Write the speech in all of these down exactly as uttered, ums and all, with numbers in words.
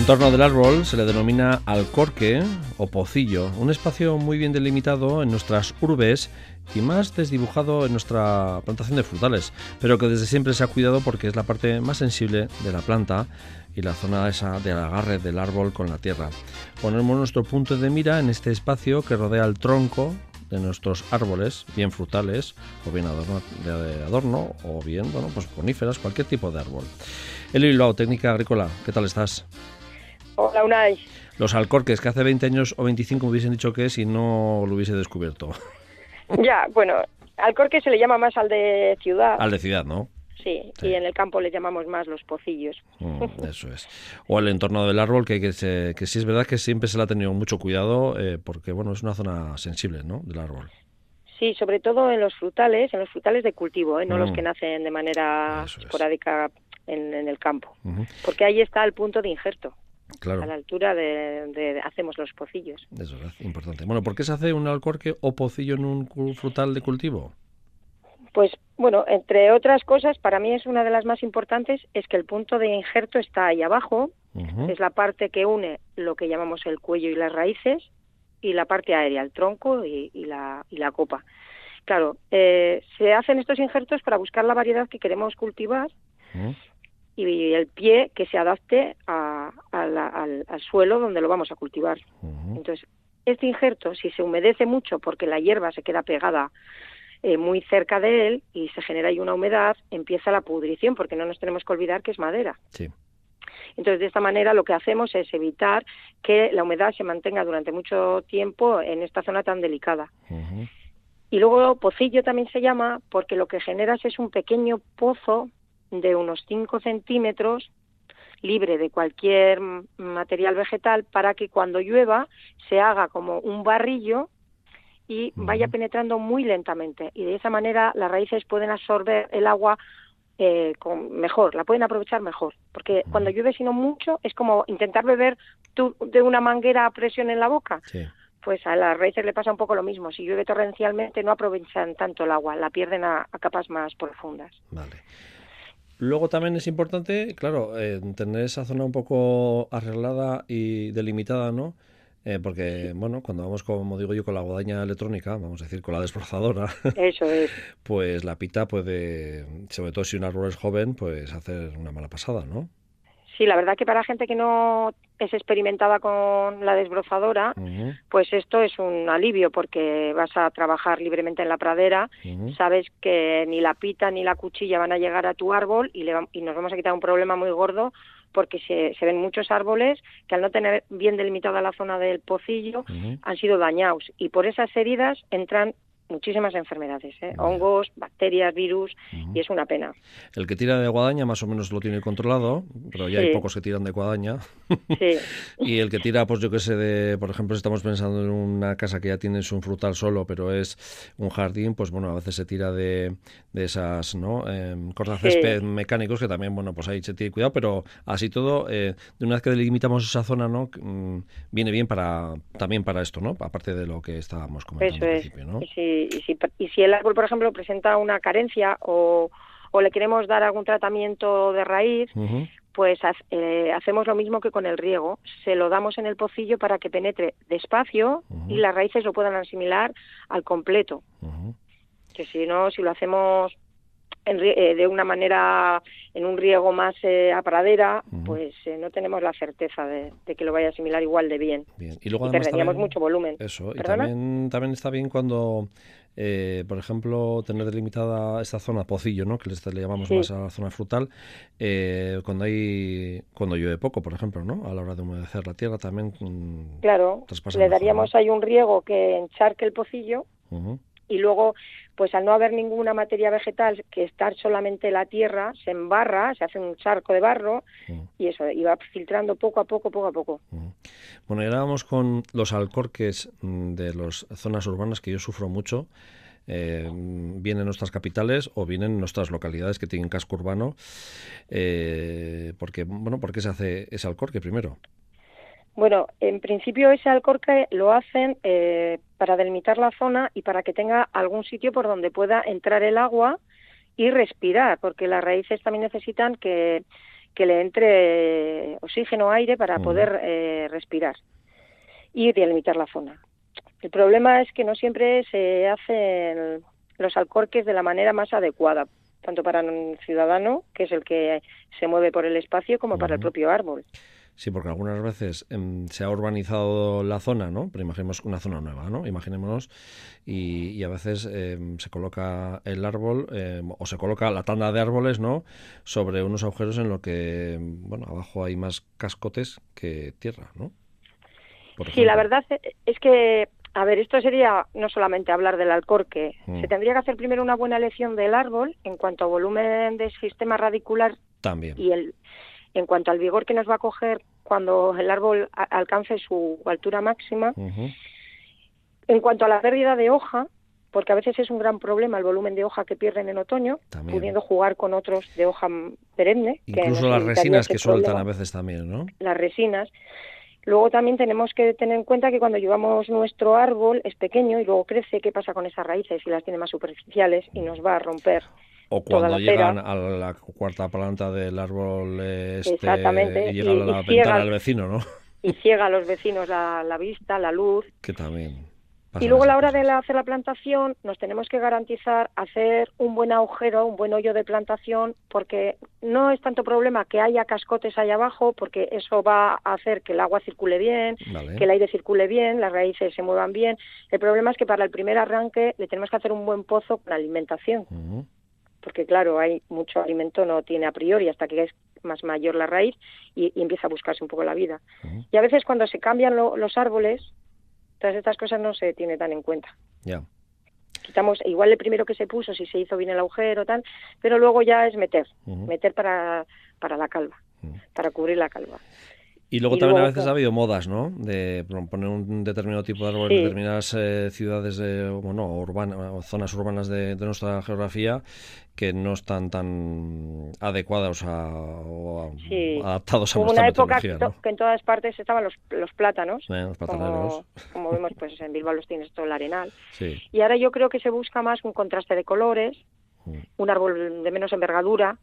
entorno del árbol se le denomina alcorque o pocillo, un espacio muy bien delimitado en nuestras urbes y más desdibujado en nuestra plantación de frutales, pero que desde siempre se ha cuidado porque es la parte más sensible de la planta y la zona esa del agarre del árbol con la tierra. Ponemos nuestro punto de mira en este espacio que rodea el tronco de nuestros árboles, bien frutales o bien adorno, de adorno o bien, bueno, pues coníferas, cualquier tipo de árbol. Eli Bilbao, técnica agrícola, ¿qué tal estás? Hola, Unai. Los alcorques, que hace veinte años o veinticinco me hubiesen dicho que es y no lo hubiese descubierto. Ya, bueno, alcorque se le llama más al de ciudad. Al de ciudad, ¿no? Sí, Sí. Y en el campo le llamamos más los pocillos. Mm, eso es. O el entorno del árbol, que, que, se, que sí es verdad que siempre se le ha tenido mucho cuidado, eh, porque bueno, es una zona sensible, ¿no?, del árbol. Sí, sobre todo en los frutales, en los frutales de cultivo, ¿eh? no Mm. los que nacen de manera Eso es. esporádica en, en el campo. Uh-huh. Porque ahí está el punto de injerto. Claro. A la altura de, de hacemos los pocillos. Eso es importante. Bueno, ¿por qué se hace un alcorque o pocillo en un frutal de cultivo? Pues bueno, entre otras cosas, para mí es una de las más importantes, es que el punto de injerto está ahí abajo, uh-huh. es la parte que une lo que llamamos el cuello y las raíces, y la parte aérea, el tronco y, y, la, y la copa. Claro, eh, se hacen estos injertos para buscar la variedad que queremos cultivar, uh-huh. y el pie que se adapte a, a la, al, al suelo donde lo vamos a cultivar. Uh-huh. Entonces, este injerto, si se humedece mucho porque la hierba se queda pegada eh, muy cerca de él y se genera ahí una humedad, empieza la pudrición, porque no nos tenemos que olvidar que es madera. Sí. Entonces, de esta manera lo que hacemos es evitar que la humedad se mantenga durante mucho tiempo en esta zona tan delicada. Uh-huh. Y luego pocillo también se llama porque lo que generas es un pequeño pozo de unos cinco centímetros, libre de cualquier material vegetal, para que cuando llueva se haga como un barrillo y uh-huh. vaya penetrando muy lentamente. Y de esa manera las raíces pueden absorber el agua eh, con, mejor, la pueden aprovechar mejor. Porque uh-huh. cuando llueve sino mucho es como intentar beber tú de una manguera a presión en la boca. Sí. Pues a las raíces le pasa un poco lo mismo. Si llueve torrencialmente no aprovechan tanto el agua, la pierden a, a capas más profundas. Vale. Luego también es importante, claro, eh, tener esa zona un poco arreglada y delimitada, ¿no? Eh, porque, bueno, cuando vamos, como digo yo, con la guadaña electrónica, vamos a decir, con la desbrozadora, eso es, pues la pita puede, sobre todo si un árbol es joven, pues hacer una mala pasada, ¿no? Sí, la verdad que para gente que no es experimentada con la desbrozadora, uh-huh. pues esto es un alivio porque vas a trabajar libremente en la pradera, uh-huh. sabes que ni la pita ni la cuchilla van a llegar a tu árbol y, le va, y nos vamos a quitar un problema muy gordo porque se, se ven muchos árboles que al no tener bien delimitada la zona del pocillo uh-huh. han sido dañados y por esas heridas entran muchísimas enfermedades, ¿eh? Hongos, bacterias, virus, uh-huh. y es una pena. El que tira de guadaña más o menos lo tiene controlado, pero ya sí. hay pocos que tiran de guadaña. Sí. Y el que tira, pues yo que sé, de, por ejemplo, si estamos pensando en una casa que ya tienes un frutal solo, pero es un jardín, pues bueno, a veces se tira de, de esas, ¿no? Eh, cortacésped sí. mecánicos, que también, bueno, pues ahí se tiene cuidado, pero así todo, eh, de una vez que delimitamos esa zona, ¿no? Mm, viene bien para también para esto, ¿no? Aparte de lo que estábamos comentando Eso al es. principio, ¿no? Sí. Y si, y si el árbol, por ejemplo, presenta una carencia o, o le queremos dar algún tratamiento de raíz, uh-huh. pues eh, hacemos lo mismo que con el riego. Se lo damos en el pocillo para que penetre despacio uh-huh. y las raíces lo puedan asimilar al completo. Uh-huh. Que si no, si lo hacemos en, eh, de una manera, en un riego más eh, a pradera, uh-huh. pues eh, no tenemos la certeza de, de que lo vaya a asimilar igual de bien. Bien. Y luego y además perderíamos también, mucho volumen. Eso, y ¿Perdona? también, también está bien cuando, eh, por ejemplo, tener delimitada esta zona, pocillo, ¿no? Que le llamamos sí. más a la zona frutal, eh, cuando hay cuando llueve poco, por ejemplo, ¿no? A la hora de humedecer la tierra también. Mmm, claro, le daríamos mejor, ¿no? ahí un riego que encharque el pocillo. Uh-huh. Y luego, pues al no haber ninguna materia vegetal, que estar solamente la tierra, se embarra, se hace un charco de barro uh-huh. y eso, y va filtrando poco a poco, poco a poco. Uh-huh. Bueno, y ahora vamos con los alcorques de las zonas urbanas, que yo sufro mucho. Eh, bien en nuestras capitales o bien en nuestras localidades que tienen casco urbano. Eh, porque, bueno, ¿por qué se hace ese alcorque primero? Bueno, en principio ese alcorque lo hacen eh, para delimitar la zona y para que tenga algún sitio por donde pueda entrar el agua y respirar, porque las raíces también necesitan que, que le entre oxígeno, aire para uh-huh. poder eh, respirar y delimitar la zona. El problema es que no siempre se hacen los alcorques de la manera más adecuada, tanto para un ciudadano, que es el que se mueve por el espacio, como uh-huh. para el propio árbol. Sí, porque algunas veces eh, se ha urbanizado la zona, ¿no? Pero imaginemos una zona nueva, ¿no? Imaginémonos, y, y a veces eh, se coloca el árbol, eh, o se coloca la tanda de árboles, ¿no? Sobre unos agujeros en lo que, bueno, abajo hay más cascotes que tierra, ¿no? Por sí, la verdad es que, a ver, esto sería no solamente hablar del alcorque, mm. se tendría que hacer primero una buena elección del árbol en cuanto a volumen de sistema radicular. También. Y el en cuanto al vigor que nos va a coger cuando el árbol a- alcance su altura máxima. Uh-huh. En cuanto a la pérdida de hoja, porque a veces es un gran problema el volumen de hoja que pierden en otoño, también. Pudiendo jugar con otros de hoja perenne. Incluso que las resinas que sueltan problema. A veces también, ¿no? Las resinas. Luego también tenemos que tener en cuenta que cuando llevamos nuestro árbol es pequeño y luego crece, ¿qué pasa con esas raíces? Si las tiene más superficiales y nos va a romper. O cuando llegan a la cuarta planta del árbol este, exactamente. y llega y, a la y ventana ciega, del vecino, ¿no? Y ciega a los vecinos la, la vista, la luz. Que también. Y luego a la hora cosas. de la, hacer la plantación nos tenemos que garantizar hacer un buen agujero, un buen hoyo de plantación, porque no es tanto problema que haya cascotes ahí abajo, porque eso va a hacer que el agua circule bien, vale. que el aire circule bien, las raíces se muevan bien. El problema es que para el primer arranque le tenemos que hacer un buen pozo con alimentación. Uh-huh. Porque claro, hay mucho alimento, no tiene a priori hasta que es más mayor la raíz y, y empieza a buscarse un poco la vida. Uh-huh. Y a veces cuando se cambian lo, los árboles, todas estas cosas no se tiene tan en cuenta. Ya. Yeah. Quitamos igual el primero que se puso, si se hizo bien el agujero tal, pero luego ya es meter, uh-huh. meter para, para la calva, uh-huh. para cubrir la calva. Y luego y también luego, a veces ha habido modas, ¿no? De poner un determinado tipo de árbol sí. en determinadas eh, ciudades, de, bueno, urbanas, o zonas urbanas de, de nuestra geografía que no están tan adecuadas a, o a, sí. adaptados a Hubo nuestra una época metodología, que, ¿no? que en todas partes estaban los, los plátanos, eh, los plataneros. Como, como vemos pues en Bilbao los tienes todo el arenal. Sí. Y ahora yo creo que se busca más un contraste de colores, mm. un árbol de menos envergadura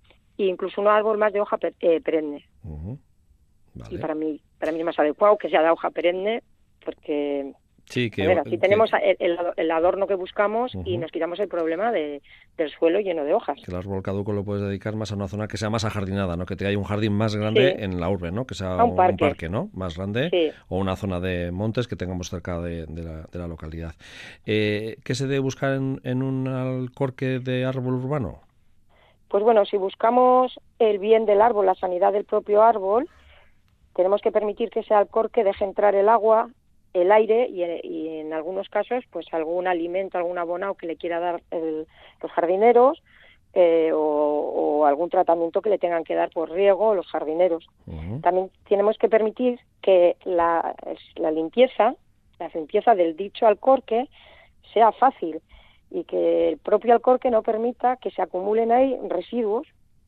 e incluso un árbol más de hoja per, eh, perenne. Uh-huh. Vale. Y para mí, para mí es más adecuado que sea de hoja perenne, porque sí, que, a ver, así que, tenemos el, el, el adorno que buscamos uh-huh. y nos quitamos el problema de, del suelo lleno de hojas. Que el árbol caduco lo puedes dedicar más a una zona que sea más ajardinada, ¿no? Que te haya un jardín más grande sí. en la urbe, ¿no? Que sea un, un, parque. un parque, ¿no? Más grande sí. o una zona de montes que tengamos cerca de, de, la, de la localidad. Eh, ¿Qué se debe buscar en, en un alcorque de árbol urbano? Pues bueno, si buscamos el bien del árbol, la sanidad del propio árbol, tenemos que permitir que ese alcorque deje entrar el agua, el aire y, y en algunos casos pues algún alimento, algún abonado que le quiera dar el, los jardineros eh, o, o algún tratamiento que le tengan que dar por riego los jardineros. Uh-huh. También tenemos que permitir que la, la limpieza, la limpieza del dicho alcorque sea fácil y que el propio alcorque no permita que se acumulen ahí residuos,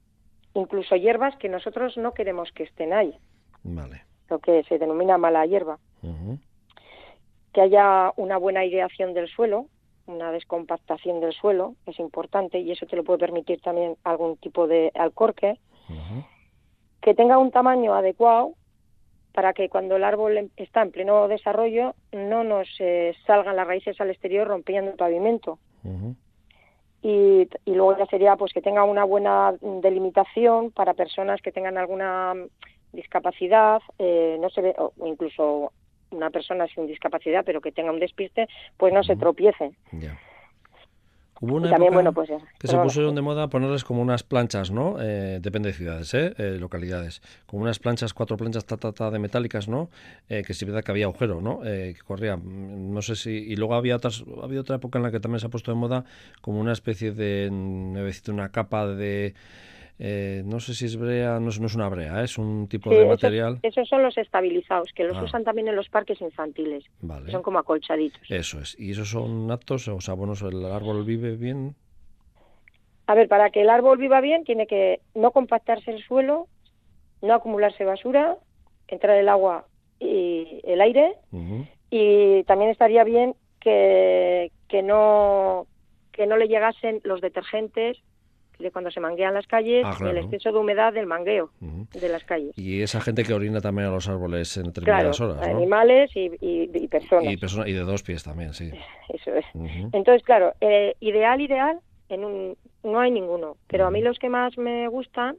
incluso hierbas que nosotros no queremos que estén ahí. Vale. Lo que se denomina mala hierba. Uh-huh. Que haya una buena aireación del suelo, una descompactación del suelo, es importante, y eso te lo puede permitir también algún tipo de alcorque. Uh-huh. Que tenga un tamaño adecuado para que cuando el árbol está en pleno desarrollo no nos eh, salgan las raíces al exterior rompiendo el pavimento. Uh-huh. Y, y luego ya sería pues que tenga una buena delimitación para personas que tengan alguna discapacidad, eh, no se ve, o incluso una persona sin discapacidad pero que tenga un despiste, pues no uh-huh. se tropiece. Yeah. Hubo una y también, época bueno, pues, que se pusieron de moda ponerles como unas planchas, ¿no? Eh, depende de ciudades, ¿eh? Eh, localidades. Como unas planchas, cuatro planchas ta, ta, ta, de metálicas, ¿no? Eh, que sí verdad que había agujero, ¿no? Eh, que corría, no sé si... Y luego había otras, había otra época en la que también se ha puesto de moda como una especie de, de una capa de... Eh, no sé si es brea, no es, no es una brea, ¿eh? Es un tipo sí, de eso, material. Esos son los estabilizados, que los ah. usan también en los parques infantiles. Vale. Son como acolchaditos. Eso es. ¿Y esos son aptos? O sea, bueno, ¿el árbol vive bien? A ver, para que el árbol viva bien tiene que no compactarse el suelo, no acumularse basura, entrar el agua y el aire, uh-huh. y también estaría bien que, que no que no le llegasen los detergentes de cuando se manguean las calles, ah, claro. el exceso de humedad del mangueo uh-huh. de las calles. Y esa gente que orina también a los árboles en determinadas claro, horas, ¿no? Animales y, y, y personas. Y, persona, y de dos pies también, sí. Eso es. Uh-huh. Entonces, claro, eh, ideal, ideal, en un, no hay ninguno. Pero uh-huh. a mí los que más me gustan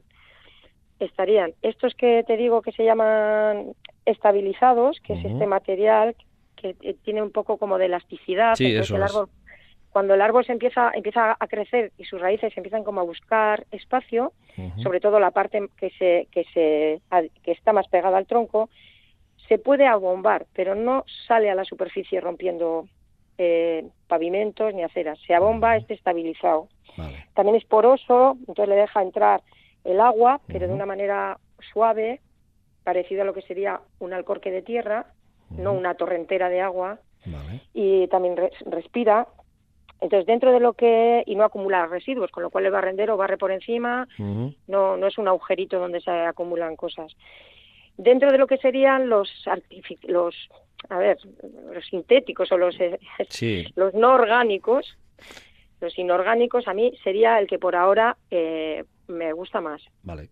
estarían estos que te digo que se llaman estabilizados, que uh-huh. es este material que tiene un poco como de elasticidad. Sí, entonces eso el árbol, es. Cuando el árbol se empieza, empieza a crecer y sus raíces empiezan como a buscar espacio, uh-huh. sobre todo la parte que se, que se que está más pegada al tronco, se puede abombar, pero no sale a la superficie rompiendo eh, pavimentos ni aceras. Se abomba uh-huh. este estabilizado. Vale. También es poroso, entonces le deja entrar el agua, pero uh-huh. de una manera suave, parecido a lo que sería un alcorque de tierra, uh-huh. no una torrentera de agua. Vale. Y también res, respira. Entonces, dentro de lo que... y no acumula residuos, con lo cual el barrendero barre por encima, uh-huh. no, no es un agujerito donde se acumulan cosas. Dentro de lo que serían los artific- los a ver, los sintéticos o los, eh, sí. los no orgánicos, los inorgánicos, a mí sería el que por ahora eh, me gusta más. Vale.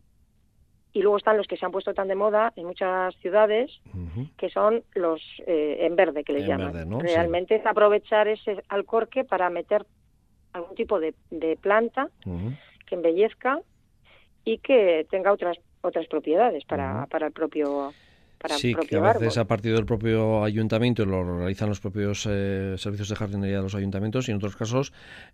Y luego están los que se han puesto tan de moda en muchas ciudades, uh-huh. que son los eh, en verde, que les en llaman. Verde, ¿no? Realmente sí. es aprovechar ese alcorque para meter algún tipo de, de planta uh-huh. que embellezca y que tenga otras otras propiedades para, uh-huh. para el propio para Sí, el propio que a veces árbol. a partir del propio ayuntamiento lo realizan los propios eh, servicios de jardinería de los ayuntamientos y en otros casos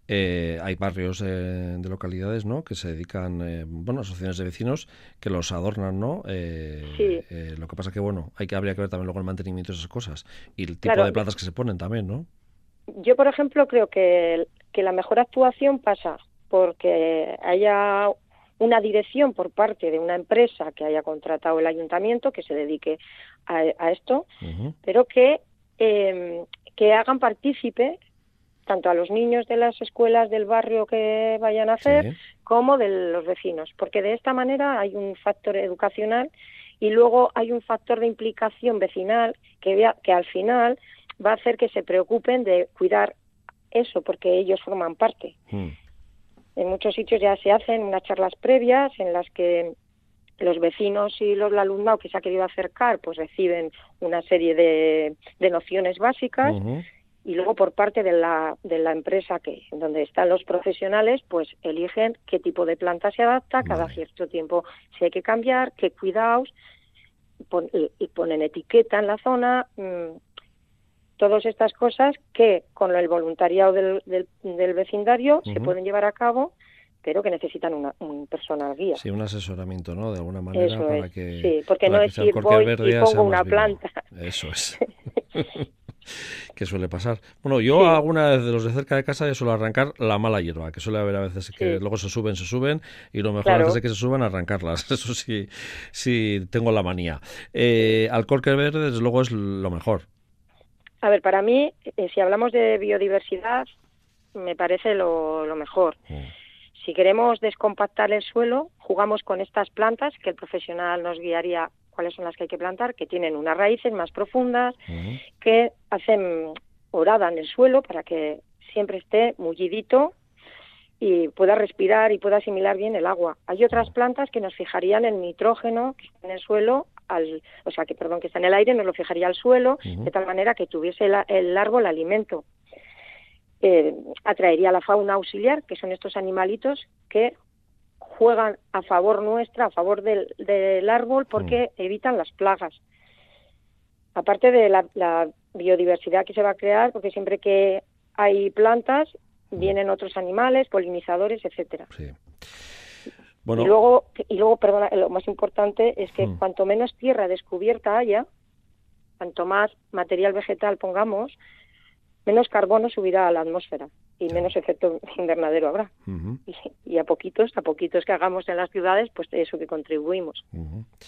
eh, hay barrios eh, de localidades, ¿no? Que se dedican, eh, bueno, asociaciones de vecinos que los adornan, ¿no? Eh, sí. eh, lo que pasa que, bueno, hay que habría que ver también luego el mantenimiento de esas cosas y el tipo claro, de plantas que se ponen también, ¿no? Yo, por ejemplo, creo que, que la mejor actuación pasa porque haya una dirección por parte de una empresa que haya contratado el ayuntamiento que se dedique a, a esto, uh-huh. pero que, eh, que hagan partícipe tanto a los niños de las escuelas del barrio que vayan a hacer, sí. como de los vecinos, porque de esta manera hay un factor educacional y luego hay un factor de implicación vecinal que, vea, que al final va a hacer que se preocupen de cuidar eso, porque ellos forman parte. Uh-huh. En muchos sitios ya se hacen unas charlas previas en las que los vecinos y los alumnado que se ha querido acercar pues reciben una serie de, de nociones básicas uh-huh. y luego por parte de la, de la empresa que donde están los profesionales pues eligen qué tipo de planta se adapta, cada vale. cierto tiempo si hay que cambiar, qué cuidados, pon, y, y ponen etiqueta en la zona, mmm, todas estas cosas que con el voluntariado del, del, del vecindario uh-huh. se pueden llevar a cabo, pero que necesitan una, un personal guía. Sí, un asesoramiento, ¿no? De alguna manera Eso para es. que... Sí, porque no es ir voy y pongo una planta. Eso es. ¿Qué suele pasar? Bueno, yo sí. alguna vez de los de cerca de casa yo suelo arrancar la mala hierba, que suele haber a veces que sí. luego se suben, se suben, y lo mejor claro. antes de que se suban, arrancarlas. Eso sí, sí tengo la manía. Eh, alcorque verde, desde luego, es lo mejor. A ver, para mí, eh, si hablamos de biodiversidad, me parece lo, lo mejor. Mm. Si queremos descompactar el suelo, jugamos con estas plantas que el profesional nos guiaría cuáles son las que hay que plantar, que tienen unas raíces más profundas, uh-huh. que hacen horada en el suelo para que siempre esté mullidito y pueda respirar y pueda asimilar bien el agua. Hay otras plantas que nos fijarían el nitrógeno que está en el suelo, al, o sea, que perdón, que está en el aire, nos lo fijaría al suelo, uh-huh. de tal manera que tuviese el, el árbol alimento. Eh, atraería la fauna auxiliar, que son estos animalitos que juegan a favor nuestra, a favor del, del árbol, porque mm. evitan las plagas. Aparte de la, la biodiversidad que se va a crear, porque siempre que hay plantas, mm. vienen otros animales, polinizadores, etcétera. Sí. Bueno. Y luego, y luego, perdona, lo más importante es que mm. cuanto menos tierra descubierta haya, cuanto más material vegetal pongamos, menos carbono subirá a la atmósfera y sí. menos efecto invernadero habrá. Uh-huh. Y, y a poquitos, a poquitos que hagamos en las ciudades, pues eso que contribuimos. Uh-huh.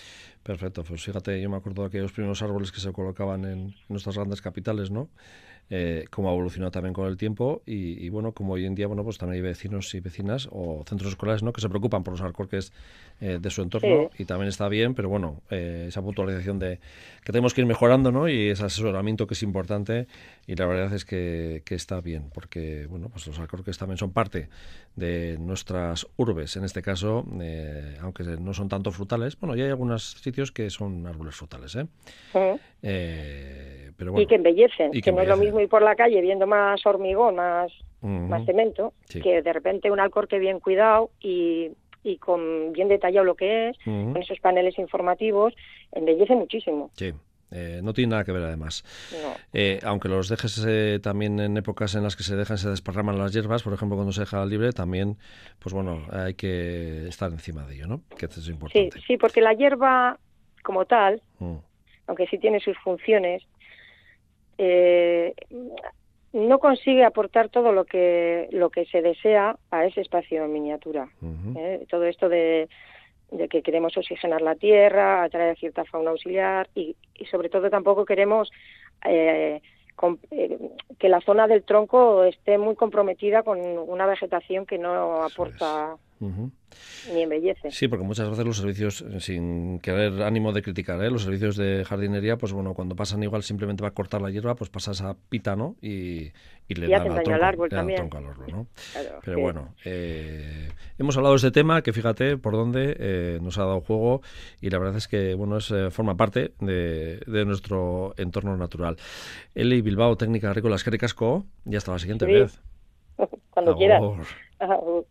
Perfecto, pues fíjate, yo me acuerdo de aquellos primeros árboles que se colocaban en, en nuestras grandes capitales, ¿no? Eh, cómo ha evolucionado también con el tiempo y, y bueno, como hoy en día, bueno, pues también hay vecinos y vecinas o centros escolares, ¿no? Que se preocupan por los alcorques eh, de su entorno Sí. y también está bien, pero bueno, eh, esa puntualización de que tenemos que ir mejorando, ¿no? Y ese asesoramiento que es importante y la verdad es que, que está bien, porque bueno, pues los alcorques también son parte de nuestras urbes, en este caso, eh, aunque no son tanto frutales, bueno, ya hay algunos sitios que son árboles frutales, ¿eh? Mm. Eh, pero Y bueno, que embellecen, y que que no es lo embellecen. mismo ir por la calle viendo más hormigón, más, Uh-huh. más cemento, Sí. que de repente un alcorque bien cuidado y, y con bien detallado lo que es, Uh-huh. con esos paneles informativos, embellece muchísimo. Sí. Eh, no tiene nada que ver además. No. Eh, aunque los dejes eh, también en épocas en las que se dejan, se desparraman las hierbas, por ejemplo cuando se deja libre, también, pues bueno, hay que estar encima de ello, ¿no? Que eso es Sí, importante. sí, porque la hierba como tal, Uh. aunque sí tiene sus funciones, eh, no consigue aportar todo lo que lo que se desea a ese espacio en miniatura. Uh-huh. ¿eh? Todo esto de, de que queremos oxigenar la tierra, atraer cierta fauna auxiliar y, y sobre todo tampoco queremos eh, con, eh, que la zona del tronco esté muy comprometida con una vegetación que no aporta uh-huh. ni embellece. Sí, porque muchas veces los servicios, sin querer ánimo de criticar, ¿eh? Los servicios de jardinería, pues bueno, cuando pasan igual simplemente va a cortar la hierba, pues pasa esa pita, ¿no? Y, y le Y dan hacen al daño tronco, al árbol le dan al también. tronco al árbol, ¿no? Claro, Pero sí. bueno, eh, hemos hablado de este tema que fíjate por dónde eh, nos ha dado juego y la verdad es que bueno es eh, forma parte de, de nuestro entorno natural. Eli Bilbao, técnica agrícola, eskerrik asko y hasta la siguiente Sí. vez. Cuando Agur. quieras.